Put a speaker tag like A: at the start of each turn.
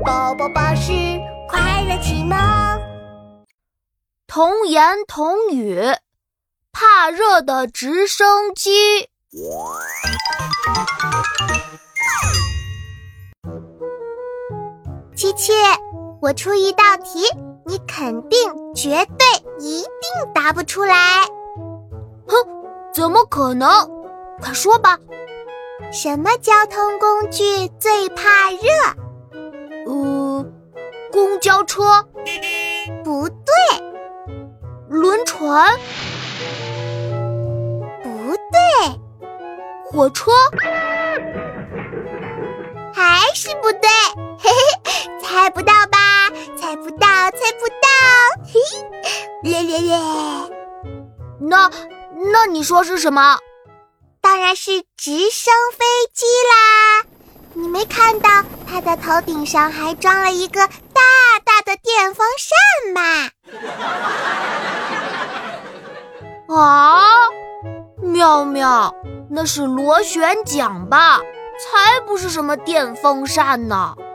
A: 宝宝巴士快乐启蒙。
B: 童言童语，怕热的直升机。
A: 七七，我出一道题，你肯定、绝对、一定答不出来。
B: 哼，怎么可能？快说吧。
A: 什么交通工具最怕热？
B: 公交车。
A: 不对。
B: 轮船。
A: 不对。
B: 火车。
A: 还是不对。嘿嘿，猜不到吧？猜不到，猜不到。嘿嘿，略略略。
B: 那你说是什么？
A: 当然是直升飞机啦！你没看到它的头顶上还装了一个大大的电风扇吗？
B: 啊，妙妙，那是螺旋桨吧？才不是什么电风扇呢。